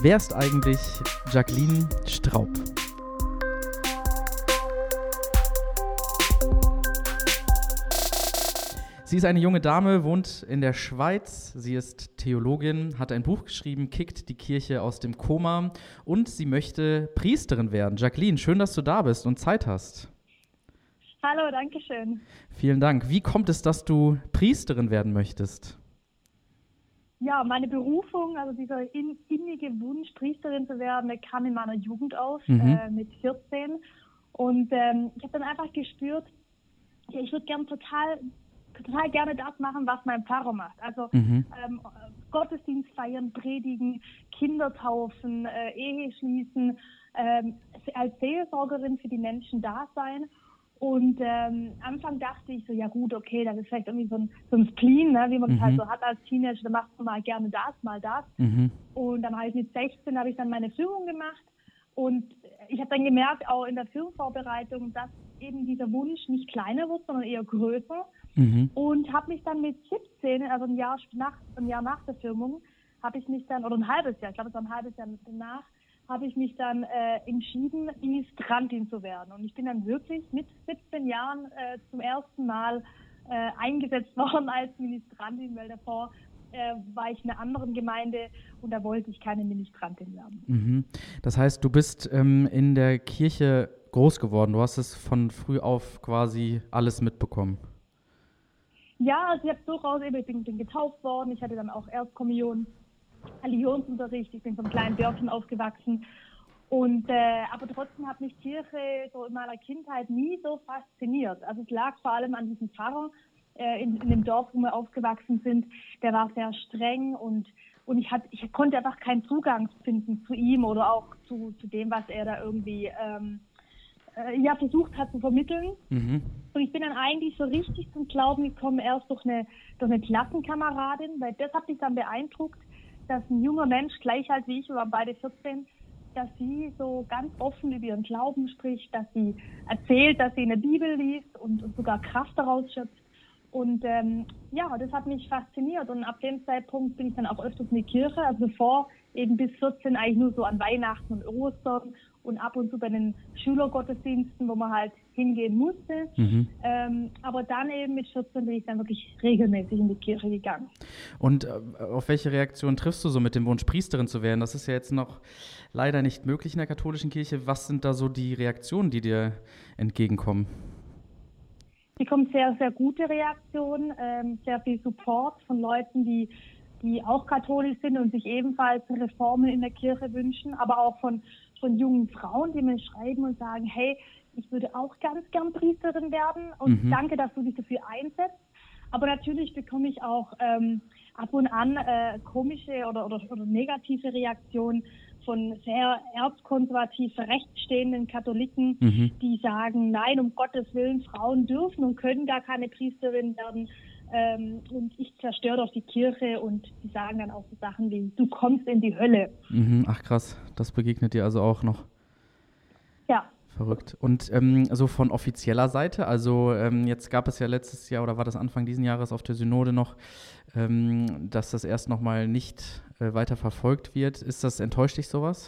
Wer ist eigentlich Jacqueline Straub? Sie ist eine junge Dame, wohnt in der Schweiz. Sie ist Theologin, hat ein Buch geschrieben, Kickt die Kirche aus dem Koma, und sie möchte Priesterin werden. Jacqueline, schön, dass du da bist und Zeit hast. Hallo, danke schön. Vielen Dank. Wie kommt es, dass du Priesterin werden möchtest? Ja, meine Berufung, also dieser innige Wunsch, Priesterin zu werden, der kam in meiner Jugend auf, mit 14. Und ich habe dann einfach gespürt, ja, ich würde total gerne das machen, was mein Pfarrer macht. Also Gottesdienst feiern, predigen, Kinder taufen, Ehe schließen, als Seelsorgerin für die Menschen da sein. Und Anfang dachte ich so, ja gut, okay, das ist vielleicht irgendwie so ein Spleen, ne, wie man es halt so hat als Teenager, da machst du mal gerne das, mal das. Und dann habe ich mit 16 habe ich dann meine Führung gemacht, und ich habe dann gemerkt, auch in der Führungsvorbereitung, dass eben dieser Wunsch nicht kleiner wird, sondern eher größer. Und habe mich dann mit 17, also ein Jahr nach der Firmung, habe ich mich dann, oder ein halbes Jahr, ich glaube es war ein halbes Jahr danach, habe ich mich dann entschieden, Ministrantin zu werden. Und ich bin dann wirklich mit 17 Jahren zum ersten Mal eingesetzt worden als Ministrantin, weil davor war ich in einer anderen Gemeinde und da wollte ich keine Ministrantin werden. Das heißt, du bist in der Kirche groß geworden. Du hast es von früh auf quasi alles mitbekommen. Ja, also ich habe durchaus ich bin getauft worden. Ich hatte dann auch Erstkommunion, Religionsunterricht. Ich bin vom kleinen Dörfchen aufgewachsen. Und aber trotzdem hat mich Kirche so in meiner Kindheit nie so fasziniert. Also es lag vor allem an diesem Pfarrer in dem Dorf, wo wir aufgewachsen sind. Der war sehr streng, und ich konnte einfach keinen Zugang finden zu ihm oder auch zu dem, was er da irgendwie versucht hat zu vermitteln. Und ich bin dann eigentlich so richtig zum Glauben gekommen, erst durch eine Klassenkameradin, weil das hat mich dann beeindruckt, dass ein junger Mensch, gleich alt wie ich, wir waren beide 14, dass sie so ganz offen über ihren Glauben spricht, dass sie erzählt, dass sie in der Bibel liest und sogar Kraft daraus schöpft. Und das hat mich fasziniert, und ab dem Zeitpunkt bin ich dann auch öfters in die Kirche, also bevor eben bis 14 eigentlich nur so an Weihnachten und Ostern und ab und zu bei den Schülergottesdiensten, wo man halt hingehen musste. Aber dann eben mit 14 bin ich dann wirklich regelmäßig in die Kirche gegangen. Und auf welche Reaktion triffst du so mit dem Wunsch, Priesterin zu werden? Das ist ja jetzt noch leider nicht möglich in der katholischen Kirche. Was sind da so die Reaktionen, die dir entgegenkommen? Die kommen sehr, sehr gute Reaktionen, sehr viel Support von Leuten, die auch katholisch sind und sich ebenfalls Reformen in der Kirche wünschen, aber auch von jungen Frauen, die mir schreiben und sagen, hey, ich würde auch ganz gern Priesterin werden, und danke, dass du dich dafür einsetzt. Aber natürlich bekomme ich auch ab und an komische oder negative Reaktionen von sehr erzkonservativ rechtsstehenden Katholiken, die sagen, nein, um Gottes Willen, Frauen dürfen und können gar keine Priesterin werden. Und ich zerstöre doch die Kirche, und die sagen dann auch so Sachen wie, du kommst in die Hölle. Ach krass, das begegnet dir also auch noch. Ja. Verrückt. Und so von offizieller Seite, also jetzt gab es ja letztes Jahr, oder war das Anfang diesen Jahres auf der Synode noch, dass das erst nochmal nicht weiter verfolgt wird. Enttäuscht dich sowas?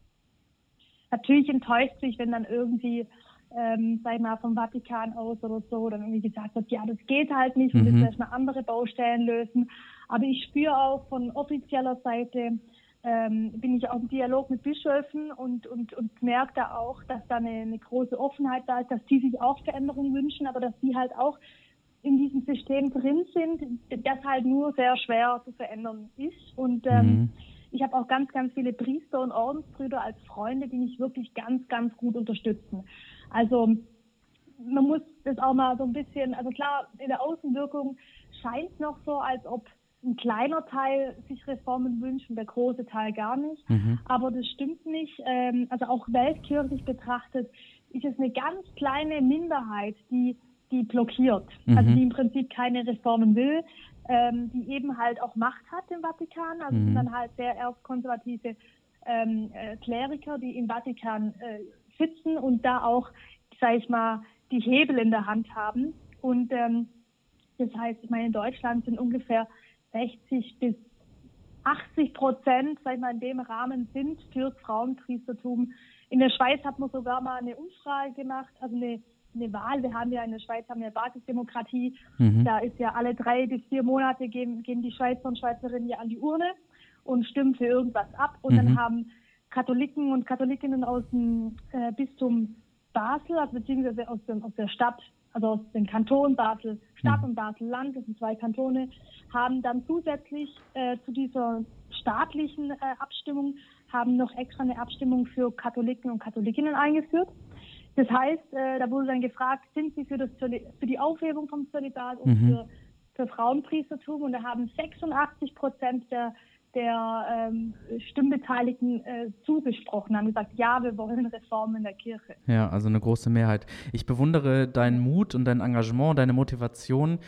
Natürlich enttäuscht mich, wenn dann irgendwie sag ich mal, vom Vatikan aus oder so, dann irgendwie gesagt wird, ja, das geht halt nicht, wir müssen erstmal andere Baustellen lösen. Aber ich spüre auch von offizieller Seite, bin ich auch im Dialog mit Bischöfen und merke da auch, dass da eine große Offenheit da ist, dass die sich auch Veränderungen wünschen, aber dass die halt auch in diesem System drin sind, das halt nur sehr schwer zu verändern ist. Und ich habe auch ganz, ganz viele Priester und Ordensbrüder als Freunde, die mich wirklich ganz, ganz gut unterstützen. Also man muss das auch mal so ein bisschen, also klar, in der Außenwirkung scheint es noch so, als ob ein kleiner Teil sich Reformen wünscht und der große Teil gar nicht. Aber das stimmt nicht. Also auch weltkirchlich betrachtet ist es eine ganz kleine Minderheit, die blockiert. Also die im Prinzip keine Reformen will, die eben halt auch Macht hat im Vatikan. Also sind dann halt sehr erzkonservative Kleriker, die im Vatikan sitzen und da auch, sage ich mal, die Hebel in der Hand haben. Und das heißt, ich meine, in Deutschland sind ungefähr 60 bis 80%, sag ich mal, in dem Rahmen sind fürs Frauenpriestertum. In der Schweiz hat man sogar mal eine Umfrage gemacht, also eine Wahl. Wir haben ja in der Schweiz eine Basisdemokratie. Da ist ja alle 3 bis 4 Monate gehen die Schweizer und Schweizerinnen ja an die Urne und stimmen für irgendwas ab. Und dann haben Katholiken und Katholikinnen aus dem Bistum Basel, also beziehungsweise aus der Stadt, also aus dem Kanton Basel Stadt und Basel-Land, das sind 2 Kantone, haben dann zusätzlich zu dieser staatlichen Abstimmung, haben noch extra eine Abstimmung für Katholiken und Katholikinnen eingeführt. Das heißt, da wurde dann gefragt, sind Sie für die Aufhebung vom Zölibat und für Frauenpriestertum? Und da haben 86% der Stimmbeteiligten zugesprochen, haben gesagt, ja, wir wollen Reformen in der Kirche. Ja, also eine große Mehrheit. Ich bewundere deinen Mut und dein Engagement, deine Motivation.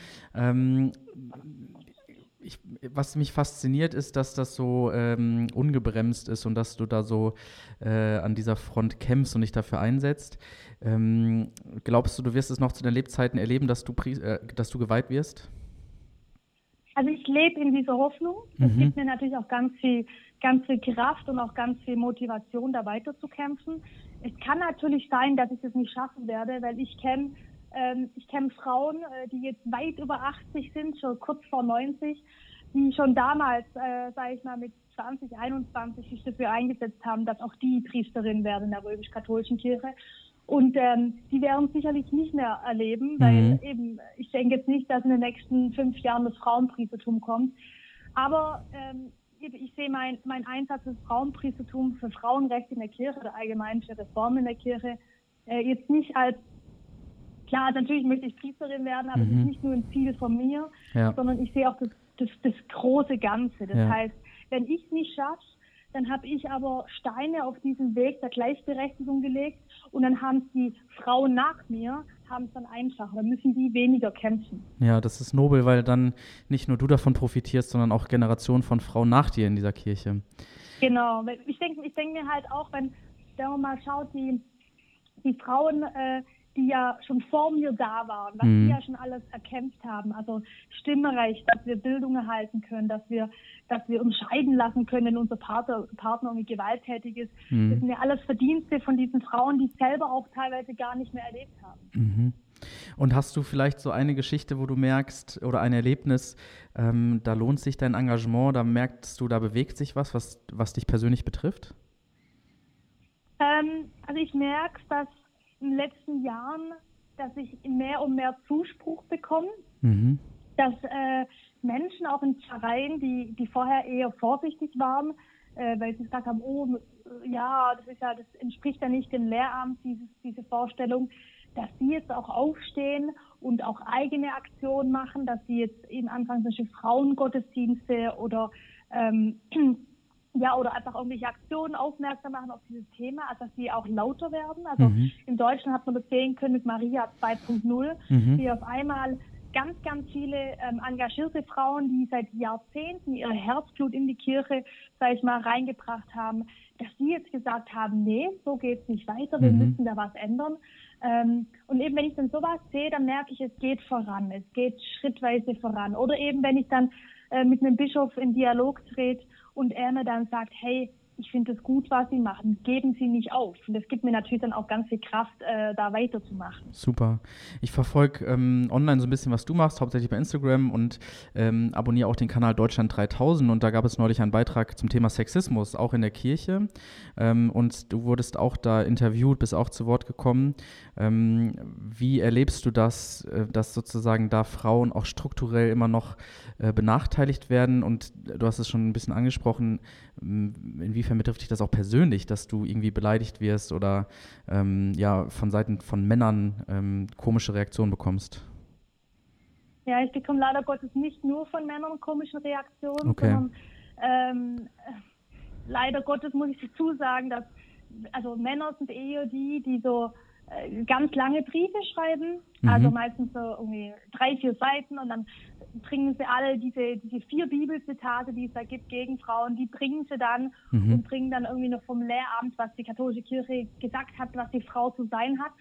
Was mich fasziniert, ist, dass das so ungebremst ist und dass du da so an dieser Front kämpfst und dich dafür einsetzt. Glaubst du wirst es noch zu deinen Lebzeiten erleben, dass du geweiht wirst? Also ich lebe in dieser Hoffnung. Das gibt mir natürlich auch ganz viel Kraft und auch ganz viel Motivation, da weiterzukämpfen. Es kann natürlich sein, dass ich das nicht schaffen werde, weil ich kenne Frauen, die jetzt weit über 80 sind, schon kurz vor 90, die schon damals, sage ich mal, mit 20, 21 sich dafür eingesetzt haben, dass auch die Priesterin werden in der römisch-katholischen Kirche. Und die werden es sicherlich nicht mehr erleben, weil eben, ich denke jetzt nicht, dass in den nächsten 5 Jahren das Frauenpriestertum kommt. Aber ich sehe mein Einsatz fürs Frauenpriestertum, für Frauenrechte in der Kirche oder allgemein für Reformen in der Kirche jetzt nicht als, klar, natürlich möchte ich Priesterin werden, aber es ist nicht nur ein Ziel von mir, sondern ich sehe auch das große Ganze. Das heißt, wenn ich es nicht schaffe, dann habe ich aber Steine auf diesen Weg der Gleichberechtigung gelegt und dann haben die Frauen nach mir, haben es dann einfacher, dann müssen die weniger kämpfen. Ja, das ist nobel, weil dann nicht nur du davon profitierst, sondern auch Generationen von Frauen nach dir in dieser Kirche. Genau, ich denke mir halt auch, wenn man mal schaut, die Frauen, die ja schon vor mir da waren, was die ja schon alles erkämpft haben, also Stimmrecht, dass wir Bildung erhalten können, dass wir uns scheiden lassen können, wenn unser Partner irgendwie gewalttätig ist. Das sind ja alles Verdienste von diesen Frauen, die selber auch teilweise gar nicht mehr erlebt haben. Und hast du vielleicht so eine Geschichte, wo du merkst, oder ein Erlebnis, da lohnt sich dein Engagement, da merkst du, da bewegt sich was dich persönlich betrifft? Also ich merke, dass in den letzten Jahren, dass ich mehr und mehr Zuspruch bekomme, dass Menschen auch in Pfarreien, die vorher eher vorsichtig waren, weil sie gesagt haben, das entspricht ja nicht dem Lehramt, diese Vorstellung, dass sie jetzt auch aufstehen und auch eigene Aktionen machen, dass sie jetzt eben anfangen, solche Frauengottesdienste oder oder einfach irgendwelche Aktionen aufmerksam machen auf dieses Thema, also dass sie auch lauter werden. Also in Deutschland hat man das sehen können mit Maria 2.0, die auf einmal ganz, ganz viele engagierte Frauen, die seit Jahrzehnten ihr Herzblut in die Kirche, sag ich mal, reingebracht haben, dass die jetzt gesagt haben, nee, so geht's nicht weiter, wir müssen da was ändern. Und eben, wenn ich dann sowas sehe, dann merke ich, es geht voran, es geht schrittweise voran. Oder eben, wenn ich dann mit einem Bischof in Dialog trete und er mir dann sagt, hey, ich finde es gut, was Sie machen, geben Sie nicht auf. Und das gibt mir natürlich dann auch ganz viel Kraft, da weiterzumachen. Super. Ich verfolge online so ein bisschen, was du machst, hauptsächlich bei Instagram und abonniere auch den Kanal Deutschland 3000 und da gab es neulich einen Beitrag zum Thema Sexismus, auch in der Kirche und du wurdest auch da interviewt, bist auch zu Wort gekommen. Wie erlebst du das, dass sozusagen da Frauen auch strukturell immer noch benachteiligt werden und du hast es schon ein bisschen angesprochen, inwiefern betrifft dich das auch persönlich, dass du irgendwie beleidigt wirst oder von Seiten von Männern komische Reaktionen bekommst? Ja, ich bekomme leider Gottes nicht nur von Männern komische Reaktionen, sondern leider Gottes muss ich dazu sagen, dass also Männer sind eher die so ganz lange Briefe schreiben, also meistens so irgendwie 3, 4 Seiten und dann bringen sie alle diese 4 Bibelzitate, die es da gibt gegen Frauen, die bringen sie dann und bringen dann irgendwie noch vom Lehramt, was die katholische Kirche gesagt hat, was die Frau zu sein hat.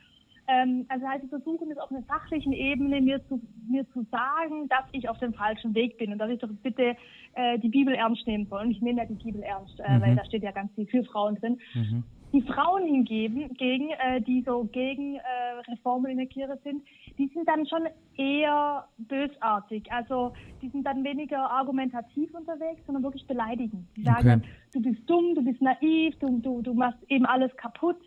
Also heißt, sie versuchen es auf einer sachlichen Ebene mir zu sagen, dass ich auf dem falschen Weg bin und dass ich doch bitte die Bibel ernst nehmen soll. Und ich nehme ja die Bibel ernst, weil da steht ja ganz viel für Frauen drin. Die Frauen hingegen, die so gegen Reformen in der Kirche sind, die sind dann schon eher bösartig. Also die sind dann weniger argumentativ unterwegs, sondern wirklich beleidigend. Die sagen dann, du bist dumm, du bist naiv, du machst eben alles kaputt.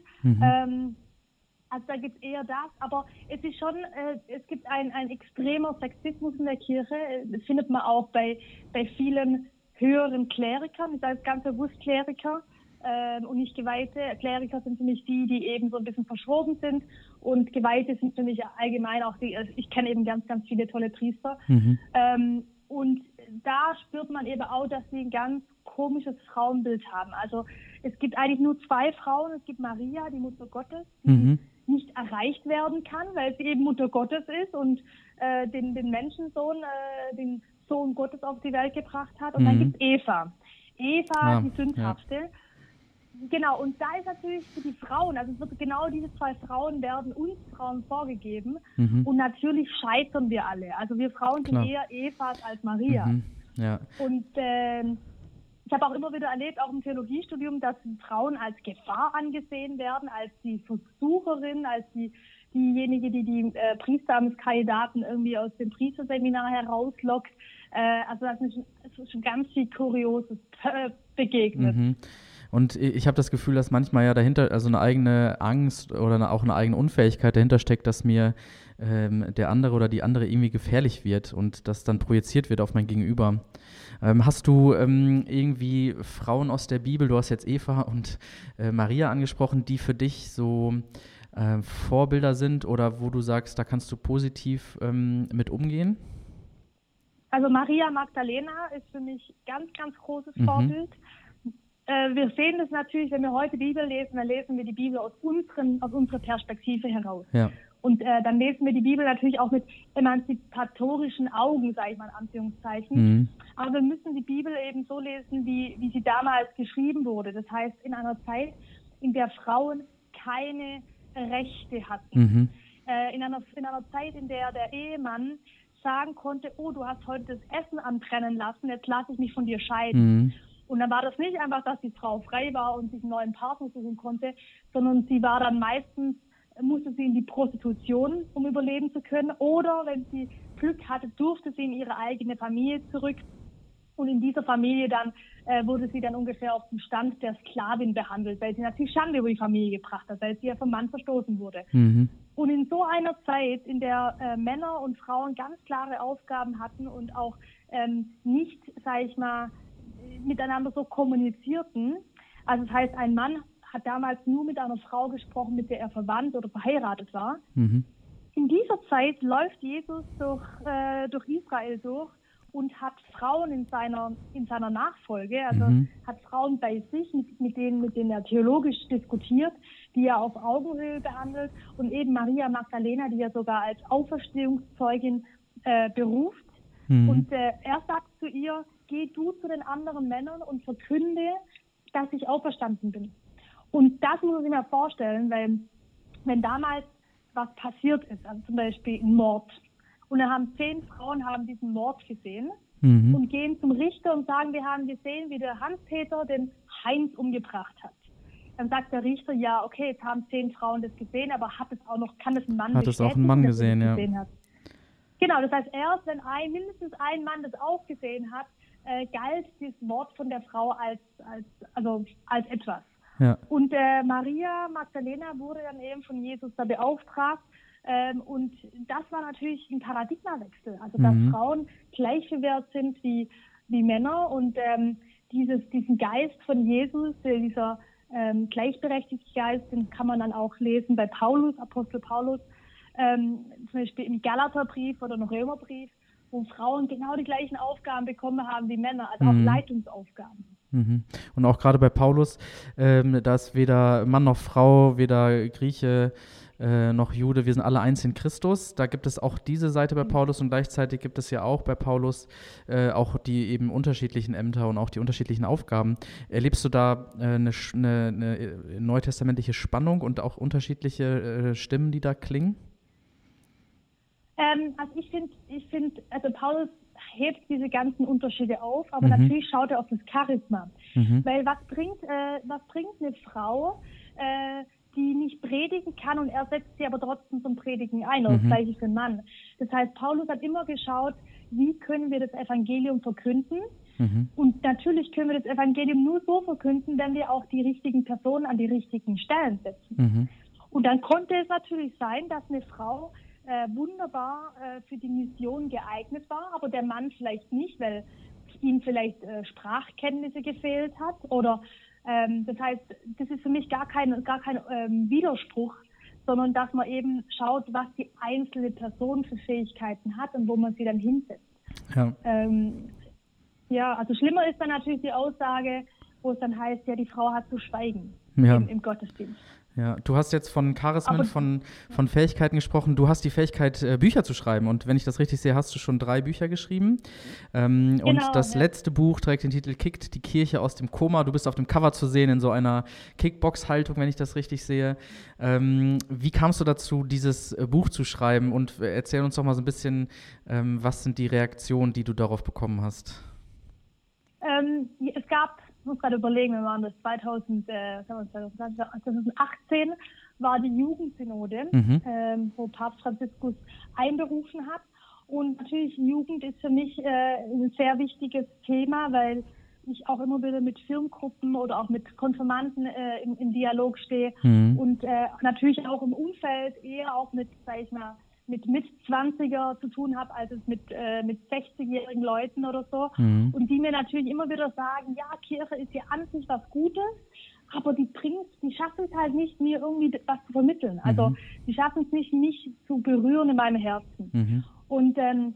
Also da gibt es eher das, aber es ist schon, es gibt ein extremer Sexismus in der Kirche. Das findet man auch bei vielen höheren Klerikern. Ich sage ganz bewusst Kleriker und nicht Geweihte. Kleriker sind für mich die eben so ein bisschen verschroben sind, und Geweihte sind für mich allgemein auch ich kenne eben ganz, ganz viele tolle Priester. Und da spürt man eben auch, dass sie ein ganz komisches Frauenbild haben. Also es gibt eigentlich nur 2 Frauen. Es gibt Maria, die Mutter Gottes, die nicht erreicht werden kann, weil sie eben Mutter Gottes ist und den Menschensohn, den Sohn Gottes auf die Welt gebracht hat. Und dann gibt es Eva. Eva, die Sündhafte. Ja. Genau, und da ist natürlich für die Frauen, also es wird genau diese 2 Frauen werden uns Frauen vorgegeben. Und natürlich scheitern wir alle. Also wir Frauen sind eher Evas als Maria. Ja. Und ich habe auch immer wieder erlebt, auch im Theologiestudium, dass Frauen als Gefahr angesehen werden, als die Versucherin, als diejenige, die Priesteramtskandidaten irgendwie aus dem Priesterseminar herauslockt. Also das ist schon ganz viel Kurioses begegnet. Und ich habe das Gefühl, dass manchmal ja dahinter also eine eigene Angst oder auch eine eigene Unfähigkeit dahinter steckt, dass mir der andere oder die andere irgendwie gefährlich wird und das dann projiziert wird auf mein Gegenüber. Hast du irgendwie Frauen aus der Bibel, du hast jetzt Eva und Maria angesprochen, die für dich so Vorbilder sind oder wo du sagst, da kannst du positiv mit umgehen? Also Maria Magdalena ist für mich ganz, ganz großes Vorbild. Wir sehen das natürlich, wenn wir heute die Bibel lesen, dann lesen wir die Bibel aus unserer Perspektive heraus. Ja. Und dann lesen wir die Bibel natürlich auch mit emanzipatorischen Augen, sage ich mal in Anführungszeichen. Aber wir müssen die Bibel eben so lesen, wie sie damals geschrieben wurde. Das heißt, in einer Zeit, in der Frauen keine Rechte hatten. In einer Zeit, in der der Ehemann sagen konnte, oh, du hast heute das Essen anbrennen lassen, jetzt lasse ich mich von dir scheiden. Und dann war das nicht einfach, dass die Frau frei war und sich einen neuen Partner suchen konnte, sondern sie war dann meistens, musste sie in die Prostitution, um überleben zu können. Oder wenn sie Glück hatte, durfte sie in ihre eigene Familie zurück. Und in dieser Familie dann wurde sie dann ungefähr auf dem Stand der Sklavin behandelt, weil sie natürlich Schande über die Familie gebracht hat, weil sie ja vom Mann verstoßen wurde. Und in so einer Zeit, in der Männer und Frauen ganz klare Aufgaben hatten und auch nicht, sage ich mal, miteinander so kommunizierten. Also das heißt, ein Mann hat damals nur mit einer Frau gesprochen, mit der er verwandt oder verheiratet war. In dieser Zeit läuft Jesus durch Israel durch und hat Frauen in seiner Nachfolge, also hat Frauen bei sich, mit denen er theologisch diskutiert, die er auf Augenhöhe behandelt, und eben Maria Magdalena, die er sogar als Auferstehungszeugin beruft. Und er sagt zu ihr, geh du zu den anderen Männern und verkünde, dass ich auferstanden bin. Und das muss man sich mal vorstellen, weil wenn damals was passiert ist, also zum Beispiel ein Mord, und dann haben 10 Frauen diesen Mord gesehen und gehen zum Richter und sagen, wir haben gesehen, wie der Hans-Peter den Heinz umgebracht hat. Dann sagt der Richter, ja, okay, jetzt haben 10 Frauen das gesehen, aber kann das ein Mann bestätigen? Hat es auch ein Mann gesehen, ja. Hat? Genau, das heißt, erst wenn mindestens ein Mann das auch gesehen hat, galt dieses Wort von der Frau als etwas. Ja. Und Maria Magdalena wurde dann eben von Jesus da beauftragt. Und das war natürlich ein Paradigmawechsel. Also, dass Frauen gleichwert sind wie Männer. Und diesen Geist von Jesus, dieser gleichberechtigte Geist, den kann man dann auch lesen bei Paulus, Apostel Paulus, zum Beispiel im Galaterbrief oder im Römerbrief, wo Frauen genau die gleichen Aufgaben bekommen haben wie Männer, also auch Leitungsaufgaben. Mhm. Und auch gerade bei Paulus, da ist weder Mann noch Frau, weder Grieche noch Jude, wir sind alle eins in Christus. Da gibt es auch diese Seite bei Paulus und gleichzeitig gibt es ja auch bei Paulus auch die eben unterschiedlichen Ämter und auch die unterschiedlichen Aufgaben. Erlebst du da eine neutestamentliche Spannung und auch unterschiedliche Stimmen, die da klingen? Also ich finde, also Paulus hebt diese ganzen Unterschiede auf, aber natürlich schaut er auf das Charisma. Weil was bringt eine Frau, die nicht predigen kann und er setzt sie aber trotzdem zum Predigen ein, oder das Gleiche für einen Mann. Das heißt, Paulus hat immer geschaut, wie können wir das Evangelium verkünden? Und natürlich können wir das Evangelium nur so verkünden, wenn wir auch die richtigen Personen an die richtigen Stellen setzen. Und dann konnte es natürlich sein, dass eine Frau wunderbar für die Mission geeignet war, aber der Mann vielleicht nicht, weil ihm vielleicht Sprachkenntnisse gefehlt hat. Oder das heißt, das ist für mich gar kein Widerspruch, sondern dass man eben schaut, was die einzelne Person für Fähigkeiten hat und wo man sie dann hinsetzt. Ja, also schlimmer ist dann natürlich die Aussage, wo es dann heißt, ja, die Frau hat zu schweigen im Gottesdienst. Ja, du hast jetzt von Charismen, von Fähigkeiten gesprochen. Du hast die Fähigkeit, Bücher zu schreiben. Und wenn ich das richtig sehe, hast du schon 3 Bücher geschrieben. Und das letzte Buch trägt den Titel Kickt die Kirche aus dem Koma. Du bist auf dem Cover zu sehen in so einer Kickbox-Haltung, wenn ich das richtig sehe. Wie kamst du dazu, dieses Buch zu schreiben? Und erzähl uns doch mal so ein bisschen, was sind die Reaktionen, die du darauf bekommen hast? Es gab, ich muss gerade überlegen, wir waren das 2018 war die Jugendsynode, wo Papst Franziskus einberufen hat. Und natürlich Jugend ist für mich ein sehr wichtiges Thema, weil ich auch immer wieder mit Firmengruppen oder auch mit Konfirmanden im Dialog stehe und natürlich auch im Umfeld eher auch mit, sag ich mal, mit 20er zu tun habe, als es mit 60-jährigen Leuten oder so. Und die mir natürlich immer wieder sagen, ja, Kirche ist ja an sich was Gutes, aber die schaffen es halt nicht, mir irgendwie was zu vermitteln. Also die schaffen es nicht, mich zu berühren in meinem Herzen. Und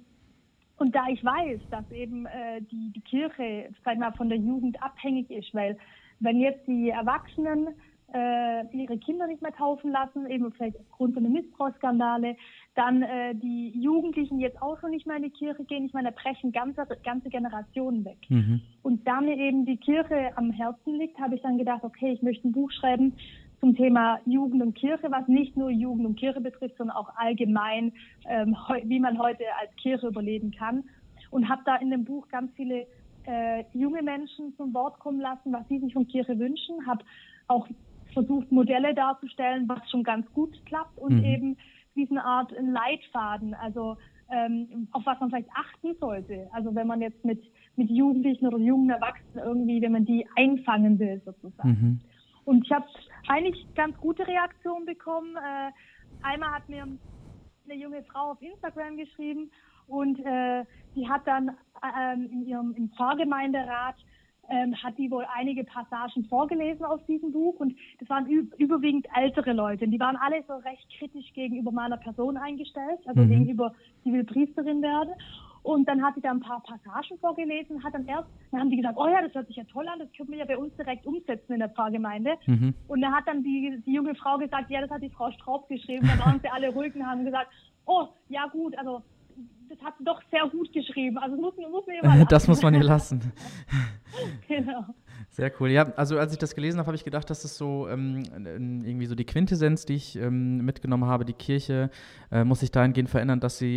da ich weiß, dass eben die Kirche, sag ich mal, von der Jugend abhängig ist, weil wenn jetzt die Erwachsenen ihre Kinder nicht mehr taufen lassen, eben vielleicht aufgrund von Missbrauchsskandale, dann die Jugendlichen jetzt auch schon nicht mehr in die Kirche gehen. Ich meine, da brechen ganze Generationen weg. Und da mir eben die Kirche am Herzen liegt, habe ich dann gedacht, okay, ich möchte ein Buch schreiben zum Thema Jugend und Kirche, was nicht nur Jugend und Kirche betrifft, sondern auch allgemein, wie man heute als Kirche überleben kann. Und habe da in dem Buch ganz viele junge Menschen zum Wort kommen lassen, was sie sich von Kirche wünschen. Habe auch versucht, Modelle darzustellen, was schon ganz gut klappt und eben diesen Art Leitfaden, also auf was man vielleicht achten sollte. Also wenn man jetzt mit Jugendlichen oder jungen Erwachsenen irgendwie, wenn man die einfangen will sozusagen. Und ich habe eigentlich ganz gute Reaktionen bekommen. Einmal hat mir eine junge Frau auf Instagram geschrieben und die hat dann im Pfarrgemeinderat hat die wohl einige Passagen vorgelesen aus diesem Buch und das waren überwiegend ältere Leute. Und die waren alle so recht kritisch gegenüber meiner Person eingestellt, also gegenüber, die will Priesterin werden. Und dann hat sie da ein paar Passagen vorgelesen, dann haben die gesagt, oh ja, das hört sich ja toll an, das können wir ja bei uns direkt umsetzen in der Pfarrgemeinde. Und dann hat dann die junge Frau gesagt, ja, das hat die Frau Straub geschrieben. Dann waren sie alle ruhig und haben gesagt, oh, ja gut, also das hat sie doch sehr gut geschrieben. Also muss man ihr mal lassen. Das muss man ihr lassen. Genau. Sehr cool. Ja, also als ich das gelesen habe, habe ich gedacht, das ist so irgendwie so die Quintessenz, die ich mitgenommen habe. Die Kirche muss sich dahingehend verändern, dass sie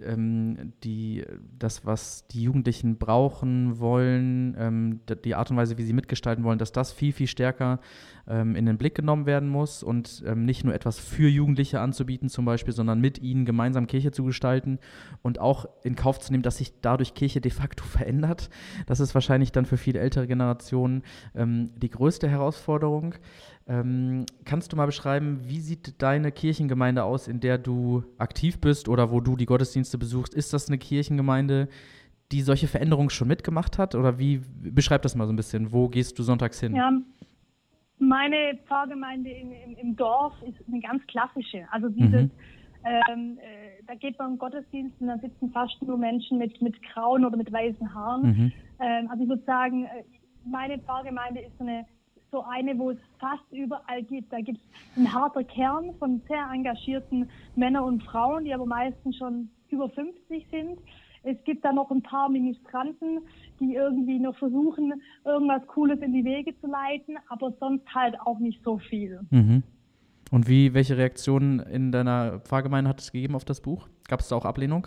das, was die Jugendlichen brauchen wollen, die Art und Weise, wie sie mitgestalten wollen, dass das viel, viel stärker in den Blick genommen werden muss und nicht nur etwas für Jugendliche anzubieten zum Beispiel, sondern mit ihnen gemeinsam Kirche zu gestalten und auch in Kauf zu nehmen, dass sich dadurch Kirche de facto verändert. Das ist wahrscheinlich dann für viele ältere Generationen die größte Herausforderung. Kannst du mal beschreiben, wie sieht deine Kirchengemeinde aus, in der du aktiv bist oder wo du die Gottesdienste besuchst? Ist das eine Kirchengemeinde, die solche Veränderungen schon mitgemacht hat? Oder wie, beschreib das mal so ein bisschen. Wo gehst du sonntags hin? Ja, meine Pfarrgemeinde im Dorf ist eine ganz klassische. Also dieses, da geht man im Gottesdienst und da sitzen fast nur Menschen mit grauen oder mit weißen Haaren. Also ich würde sagen, meine Pfarrgemeinde ist so eine, wo es fast überall gibt. Da gibt es einen harten Kern von sehr engagierten Männern und Frauen, die aber meistens schon über 50 sind. Es gibt da noch ein paar Ministranten, die irgendwie noch versuchen, irgendwas Cooles in die Wege zu leiten, aber sonst halt auch nicht so viel. Mhm. Und welche Reaktionen in deiner Pfarrgemeinde hat es gegeben auf das Buch? Gab es da auch Ablehnung?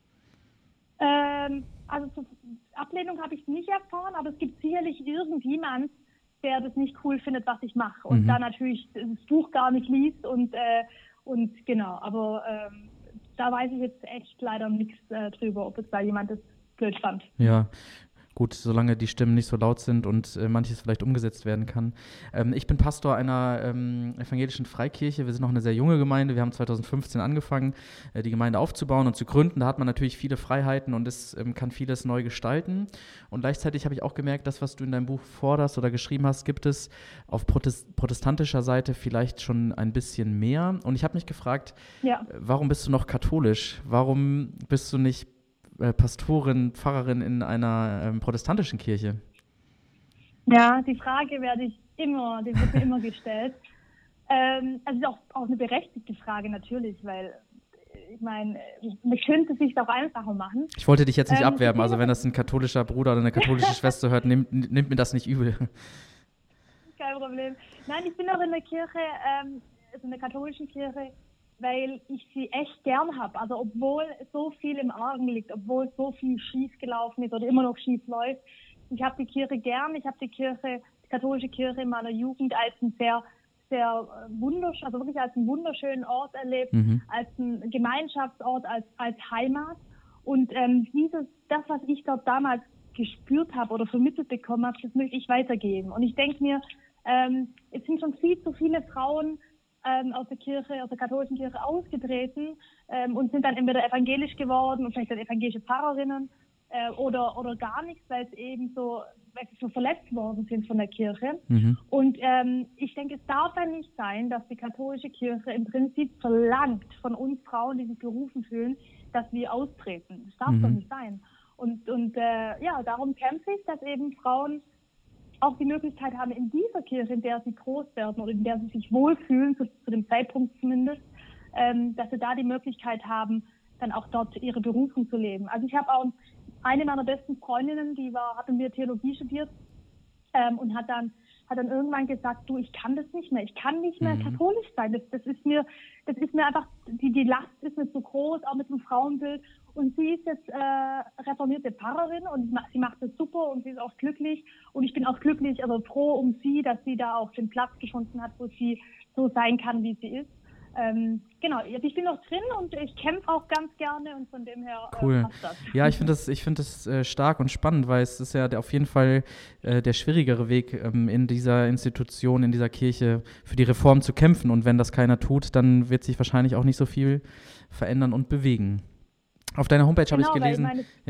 Also Ablehnung habe ich nicht erfahren, aber es gibt sicherlich irgendjemand, der das nicht cool findet, was ich mache und da natürlich das Buch gar nicht liest und genau, aber da weiß ich jetzt echt leider nichts drüber, ob es da jemand das blöd fand. Ja, gut, solange die Stimmen nicht so laut sind und manches vielleicht umgesetzt werden kann. Ich bin Pastor einer evangelischen Freikirche. Wir sind noch eine sehr junge Gemeinde. Wir haben 2015 angefangen, die Gemeinde aufzubauen und zu gründen. Da hat man natürlich viele Freiheiten und es kann vieles neu gestalten. Und gleichzeitig habe ich auch gemerkt, das, was du in deinem Buch forderst oder geschrieben hast, gibt es auf protestantischer Seite vielleicht schon ein bisschen mehr. Und ich habe mich gefragt, warum bist du noch katholisch? Warum bist du nicht Pastorin, Pfarrerin in einer protestantischen Kirche? Ja, die Frage wird mir immer gestellt. Also ist auch eine berechtigte Frage natürlich, weil ich meine, man könnte es sich auch einfacher machen. Ich wollte dich jetzt nicht abwerben, also wenn das ein katholischer Bruder oder eine katholische Schwester hört, nimmt mir das nicht übel. Kein Problem. Nein, ich bin auch in der Kirche, also in der katholischen Kirche, weil ich sie echt gern habe. Also obwohl so viel im Argen liegt, obwohl so viel schief gelaufen ist oder immer noch schief läuft. Ich habe die Kirche gern. Ich habe die katholische Kirche in meiner Jugend als ein sehr, sehr also wirklich als einen wunderschönen Ort erlebt, als einen Gemeinschaftsort, als Heimat. Und das, was ich dort damals gespürt habe oder vermittelt bekommen habe, das möchte ich weitergeben. Und ich denke mir, es sind schon viel zu viele Frauen aus der katholischen Kirche ausgetreten und sind dann entweder evangelisch geworden und vielleicht dann evangelische Pfarrerinnen oder gar nichts, weil sie so verletzt worden sind von der Kirche. Und ich denke, es darf dann nicht sein, dass die katholische Kirche im Prinzip verlangt von uns Frauen, die sich berufen fühlen, dass wir austreten. Das darf doch nicht sein. Und darum kämpfe ich, dass eben Frauen auch die Möglichkeit haben, in dieser Kirche, in der sie groß werden oder in der sie sich wohlfühlen, zu dem Zeitpunkt zumindest, dass sie da die Möglichkeit haben, dann auch dort ihre Berufung zu leben. Also ich habe auch eine meiner besten Freundinnen, hat mit mir Theologie studiert und hat dann irgendwann gesagt, du, ich kann das nicht mehr, ich kann nicht mehr katholisch sein. Das ist mir einfach, die Last ist mir zu groß, auch mit dem Frauenbild. Und sie ist jetzt reformierte Pfarrerin und sie macht das super und sie ist auch glücklich. Und ich bin auch glücklich, also froh um sie, dass sie da auch den Platz gefunden hat, wo sie so sein kann, wie sie ist. Genau, ich bin noch drin und ich kämpfe auch ganz gerne und von dem her passt das. Ja, ich finde das stark und spannend, weil es ist ja auf jeden Fall der schwierigere Weg, in dieser Institution, in dieser Kirche für die Reform zu kämpfen. Und wenn das keiner tut, dann wird sich wahrscheinlich auch nicht so viel verändern und bewegen. Auf deiner Homepage habe ich gelesen.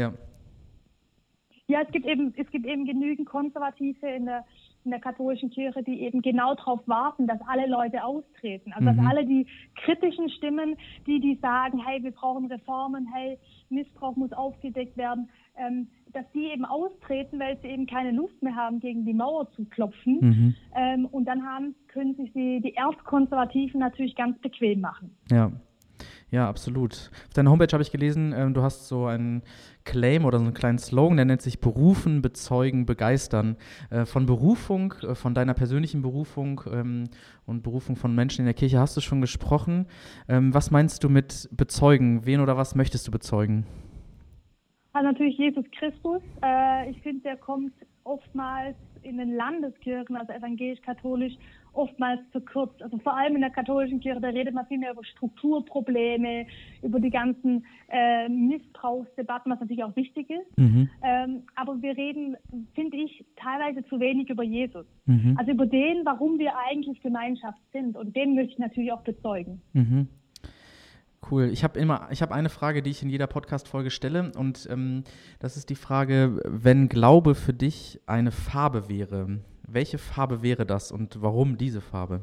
Es gibt eben genügend Konservative in der katholischen Kirche, die eben genau darauf warten, dass alle Leute austreten. Also dass alle die kritischen Stimmen, die sagen, hey, wir brauchen Reformen, hey, Missbrauch muss aufgedeckt werden, dass die eben austreten, weil sie eben keine Lust mehr haben, gegen die Mauer zu klopfen. Und dann können sich die Erzkonservativen natürlich ganz bequem machen. Ja, absolut. Auf deiner Homepage habe ich gelesen, du hast so einen Claim oder so einen kleinen Slogan, der nennt sich Berufen, Bezeugen, Begeistern. Von Berufung, von deiner persönlichen Berufung und Berufung von Menschen in der Kirche hast du schon gesprochen. Was meinst du mit bezeugen? Wen oder was möchtest du bezeugen? Also natürlich Jesus Christus. Ich finde, der kommt oftmals in den Landeskirchen, also evangelisch-katholisch, oftmals zu kurz. Also vor allem in der katholischen Kirche, da redet man viel mehr über Strukturprobleme, über die ganzen Missbrauchsdebatten, was natürlich auch wichtig ist. Aber wir reden, finde ich, teilweise zu wenig über Jesus. Also über den, warum wir eigentlich Gemeinschaft sind. Und den möchte ich natürlich auch bezeugen. Cool. Ich habe eine Frage, die ich in jeder Podcast-Folge stelle, und das ist die Frage, wenn Glaube für dich eine Farbe wäre, welche Farbe wäre das und warum diese Farbe?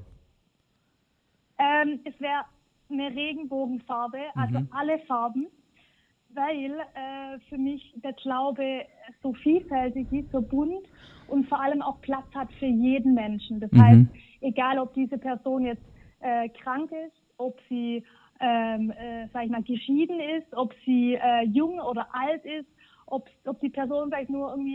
Es wäre eine Regenbogenfarbe, also alle Farben, weil für mich der Glaube so vielfältig ist, so bunt und vor allem auch Platz hat für jeden Menschen. Das heißt, egal ob diese Person jetzt krank ist, ob sie, sag ich mal, geschieden ist, ob sie jung oder alt ist, ob die Person vielleicht nur irgendwie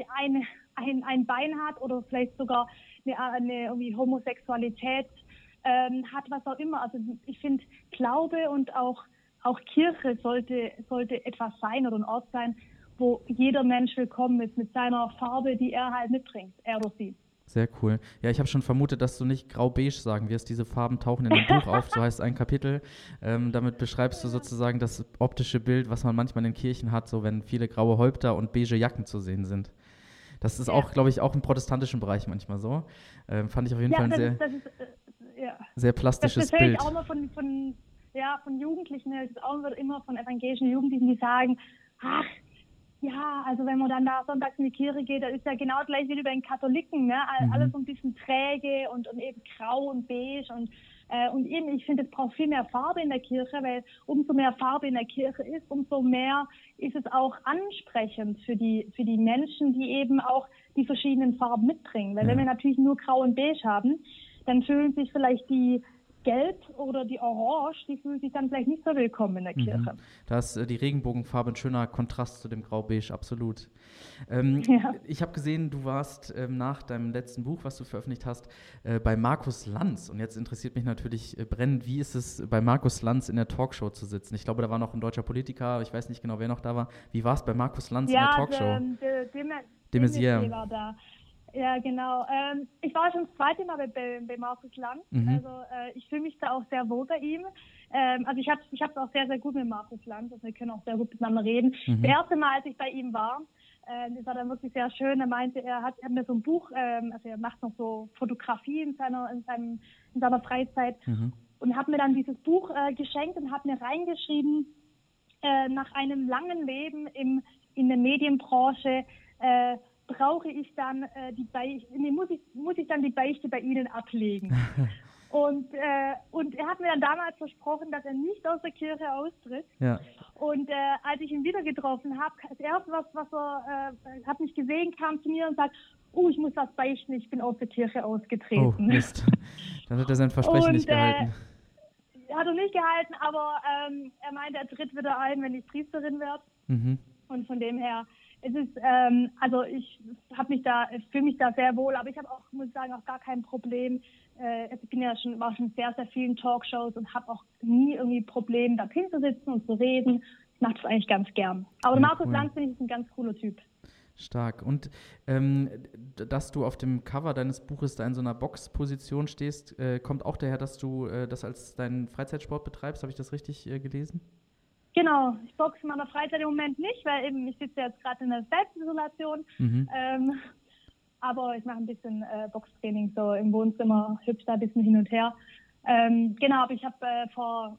ein Bein hat oder vielleicht sogar eine irgendwie Homosexualität hat, was auch immer. Also ich finde, Glaube und auch Kirche sollte etwas sein oder ein Ort sein, wo jeder Mensch willkommen ist mit seiner Farbe, die er halt mitbringt, er oder sie. Sehr cool. Ja, ich habe schon vermutet, dass du nicht grau-beige sagen wirst. Diese Farben tauchen in dem Buch auf, so heißt ein Kapitel. Damit beschreibst du sozusagen das optische Bild, was man manchmal in den Kirchen hat, so wenn viele graue Häupter und beige Jacken zu sehen sind. Das ist auch, glaube ich, auch im protestantischen Bereich manchmal so. Fand ich auf jeden Fall ein sehr plastisches das Bild. Das höre ich auch mal von Jugendlichen, das ist auch immer von evangelischen Jugendlichen, die sagen, ach, ja, also wenn man dann da sonntags in die Kirche geht, das ist ja genau gleich wie bei den Katholiken, ne? Alles so ein bisschen träge und eben grau und beige und eben, ich finde, es braucht viel mehr Farbe in der Kirche, weil umso mehr Farbe in der Kirche ist, umso mehr ist es auch ansprechend für die Menschen, die eben auch die verschiedenen Farben mitbringen. Weil wenn wir natürlich nur grau und beige haben, dann fühlen sich vielleicht die Gelb oder die Orange, die fühlen sich dann vielleicht nicht so willkommen in der Kirche. Da ist die Regenbogenfarbe ein schöner Kontrast zu dem Grau-Beige, absolut. Ich habe gesehen, du warst nach deinem letzten Buch, was du veröffentlicht hast, bei Markus Lanz. Und jetzt interessiert mich natürlich brennend, wie ist es, bei Markus Lanz in der Talkshow zu sitzen? Ich glaube, da war noch ein deutscher Politiker, ich weiß nicht genau, wer noch da war. Wie war es bei Markus Lanz in der Talkshow? De Maizière war da. Ja, genau. Ich war schon das zweite Mal bei Markus Lanz. Also ich fühle mich da auch sehr wohl bei ihm. Also ich hab's auch sehr, sehr gut mit Markus Lanz. Also wir können auch sehr gut miteinander reden. Das erste Mal, als ich bei ihm war, das war dann wirklich sehr schön. Er meinte, er hat mir so ein Buch, also er macht noch so Fotografie in seiner Freizeit und hat mir dann dieses Buch geschenkt und hat mir reingeschrieben, nach einem langen Leben in der Medienbranche brauche ich dann muss ich dann die Beichte bei Ihnen ablegen. Und er hat mir dann damals versprochen, dass er nicht aus der Kirche austritt. Ja. Und als ich ihn wieder getroffen habe, das erste, was er hat mich gesehen, kam zu mir und sagt, ich muss was beichten, ich bin aus der Kirche ausgetreten. Oh, Mist. Dann hat er sein Versprechen nicht gehalten. Hat er nicht gehalten, aber er meinte, er tritt wieder ein, wenn ich Priesterin werde. Und von dem her, es ist, also ich fühle mich da sehr wohl, aber ich habe auch, muss ich sagen, auch gar kein Problem. Ich war schon sehr, sehr vielen Talkshows und habe auch nie irgendwie Problem, da hinzusitzen und zu reden. Ich mache das eigentlich ganz gern. Aber Markus Lanz, finde ich, ist ein ganz cooler Typ. Stark. Und dass du auf dem Cover deines Buches da in so einer Boxposition stehst, kommt auch daher, dass du das als deinen Freizeitsport betreibst. Habe ich das richtig gelesen? Genau, ich boxe in meiner Freizeit im Moment nicht, weil eben ich sitze jetzt gerade in der Selbstisolation. Aber ich mache ein bisschen Boxtraining so im Wohnzimmer, hüpfe da ein bisschen hin und her. Genau, aber ich habe vor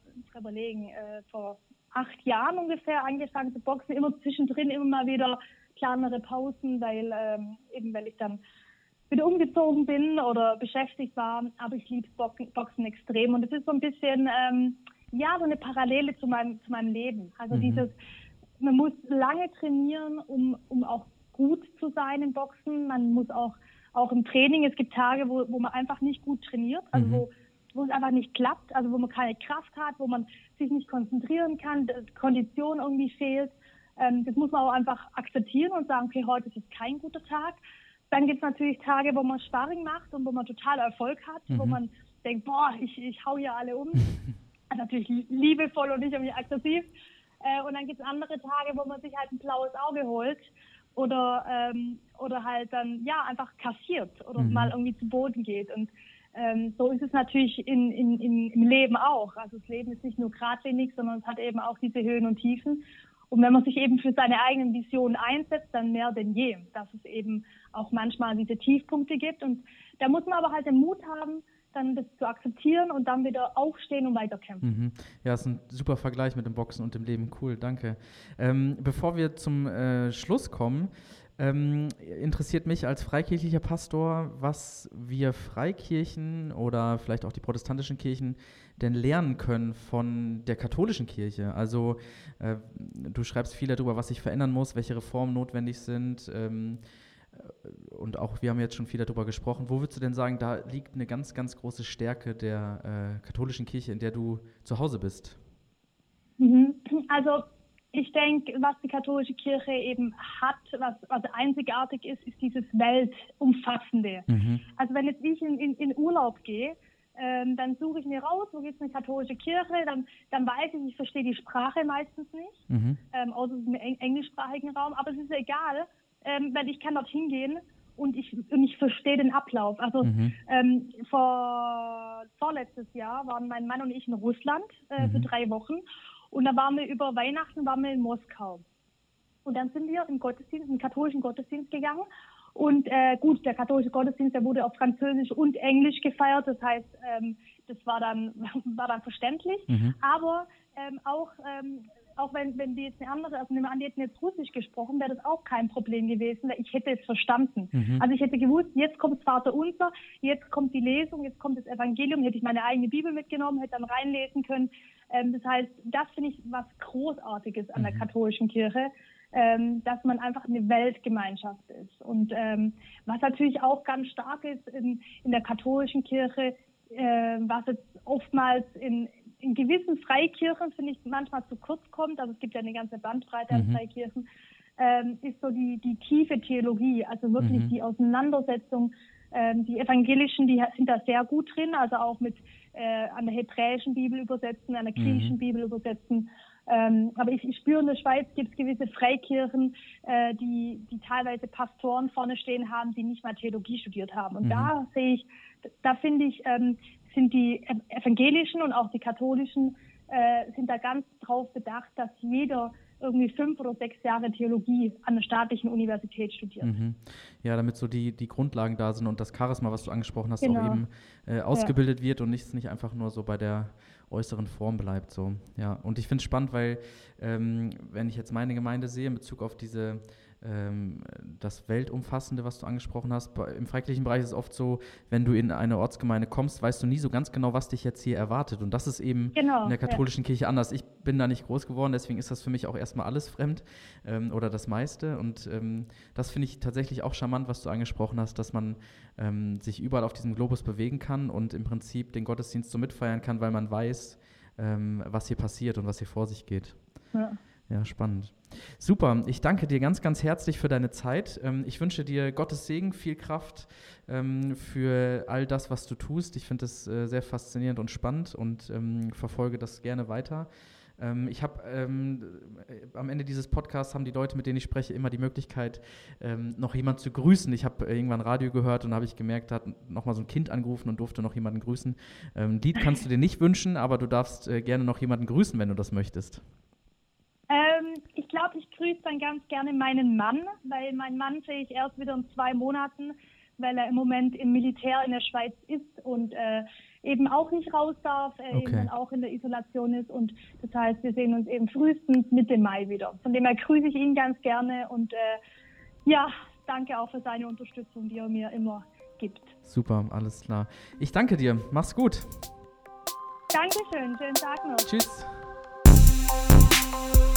8 Jahren ungefähr angefangen zu boxen, immer zwischendrin immer mal wieder kleinere Pausen, weil ich dann wieder umgezogen bin oder beschäftigt war. Aber ich liebe Boxen extrem und es ist so ein bisschen so eine Parallele zu meinem Leben. Also man muss lange trainieren, um auch gut zu sein im Boxen. Man muss auch im Training, es gibt Tage, wo man einfach nicht gut trainiert, also wo es einfach nicht klappt, also wo man keine Kraft hat, wo man sich nicht konzentrieren kann, Kondition irgendwie fehlt. Das muss man auch einfach akzeptieren und sagen, okay, heute ist jetzt kein guter Tag. Dann gibt es natürlich Tage, wo man Sparring macht und wo man total Erfolg hat, wo man denkt, boah, ich hau hier alle um. Also natürlich liebevoll und nicht irgendwie aggressiv. Und dann gibt es andere Tage, wo man sich halt ein blaues Auge holt oder halt dann einfach kassiert oder mal irgendwie zu Boden geht. Und so ist es natürlich im Leben auch. Also das Leben ist nicht nur geradlinig, sondern es hat eben auch diese Höhen und Tiefen. Und wenn man sich eben für seine eigenen Visionen einsetzt, dann mehr denn je, dass es eben auch manchmal diese Tiefpunkte gibt. Und da muss man aber halt den Mut haben, dann das zu akzeptieren und dann wieder aufstehen und weiterkämpfen. Ja, das ist ein super Vergleich mit dem Boxen und dem Leben. Cool, danke. Bevor wir zum Schluss kommen, interessiert mich als freikirchlicher Pastor, was wir Freikirchen oder vielleicht auch die protestantischen Kirchen denn lernen können von der katholischen Kirche. Also du schreibst viel darüber, was sich verändern muss, welche Reformen notwendig sind, und auch wir haben jetzt schon viel darüber gesprochen. Wo würdest du denn sagen, da liegt eine ganz, ganz große Stärke der katholischen Kirche, in der du zu Hause bist? Also ich denke, was die katholische Kirche eben hat, was einzigartig ist, ist dieses Weltumfassende. Also wenn jetzt ich in Urlaub gehe, dann suche ich mir raus, wo gibt es eine katholische Kirche, dann weiß ich verstehe die Sprache meistens nicht, außer im englischsprachigen Raum, aber es ist egal, weil ich kann dorthin gehen und ich verstehe den Ablauf. Also vorletztes Jahr waren mein Mann und ich in Russland für 3 Wochen. Und da waren wir über Weihnachten in Moskau. Und dann sind wir im katholischen Gottesdienst gegangen. Und gut, der katholische Gottesdienst, der wurde auf Französisch und Englisch gefeiert. Das heißt, das war dann verständlich. Aber auch wenn die jetzt eine andere, also nehmen wir an, die hätten jetzt Russisch gesprochen, wäre das auch kein Problem gewesen, weil ich hätte es verstanden. Also ich hätte gewusst, jetzt kommt das Vaterunser, jetzt kommt die Lesung, jetzt kommt das Evangelium, hätte ich meine eigene Bibel mitgenommen, hätte dann reinlesen können. Das heißt, das finde ich was Großartiges an der katholischen Kirche, dass man einfach eine Weltgemeinschaft ist. Und was natürlich auch ganz stark ist in der katholischen Kirche, was jetzt oftmals in gewissen Freikirchen, finde ich, manchmal zu kurz kommt, also es gibt ja eine ganze Bandbreite an Freikirchen, ist so die tiefe Theologie, also wirklich die Auseinandersetzung. Die Evangelischen, die sind da sehr gut drin, also auch mit an der hebräischen Bibel übersetzen, an der griechischen Bibel übersetzen. Aber ich spüre, in der Schweiz gibt es gewisse Freikirchen, die teilweise Pastoren vorne stehen haben, die nicht mal Theologie studiert haben. Und da finde ich, sind die Evangelischen und auch die Katholischen sind da ganz drauf bedacht, dass jeder irgendwie 5 oder 6 Jahre Theologie an der staatlichen Universität studiert. Ja, damit so die Grundlagen da sind und das Charisma, was du angesprochen hast, auch eben ausgebildet wird und nicht einfach nur so bei der äußeren Form bleibt. So. Ja. Und ich finde es spannend, weil wenn ich jetzt meine Gemeinde sehe in Bezug auf das Weltumfassende, was du angesprochen hast, im freikirchlichen Bereich ist es oft so, wenn du in eine Ortsgemeinde kommst, weißt du nie so ganz genau, was dich jetzt hier erwartet. Und das ist eben in der katholischen Kirche anders. Ich bin da nicht groß geworden, deswegen ist das für mich auch erstmal alles fremd oder das meiste. Und das finde ich tatsächlich auch charmant, was du angesprochen hast, dass man sich überall auf diesem Globus bewegen kann und im Prinzip den Gottesdienst so mitfeiern kann, weil man weiß, was hier passiert und was hier vor sich geht. Ja, spannend. Super, ich danke dir ganz, ganz herzlich für deine Zeit. Ich wünsche dir Gottes Segen, viel Kraft für all das, was du tust. Ich finde es sehr faszinierend und spannend und verfolge das gerne weiter. Ich habe am Ende dieses Podcasts haben die Leute, mit denen ich spreche, immer die Möglichkeit, noch jemanden zu grüßen. Ich habe irgendwann Radio gehört und habe ich gemerkt, da hat nochmal so ein Kind angerufen und durfte noch jemanden grüßen. Ein Lied kannst du dir nicht wünschen, aber du darfst gerne noch jemanden grüßen, wenn du das möchtest. Ich glaube, ich grüße dann ganz gerne meinen Mann, weil meinen Mann sehe ich erst wieder in 2 Monaten, weil er im Moment im Militär in der Schweiz ist und eben auch nicht raus darf, eben dann auch in der Isolation ist und das heißt, wir sehen uns eben frühestens Mitte Mai wieder. Von dem her grüße ich ihn ganz gerne und danke auch für seine Unterstützung, die er mir immer gibt. Super, alles klar. Ich danke dir. Mach's gut. Dankeschön. Schönen Tag noch. Tschüss.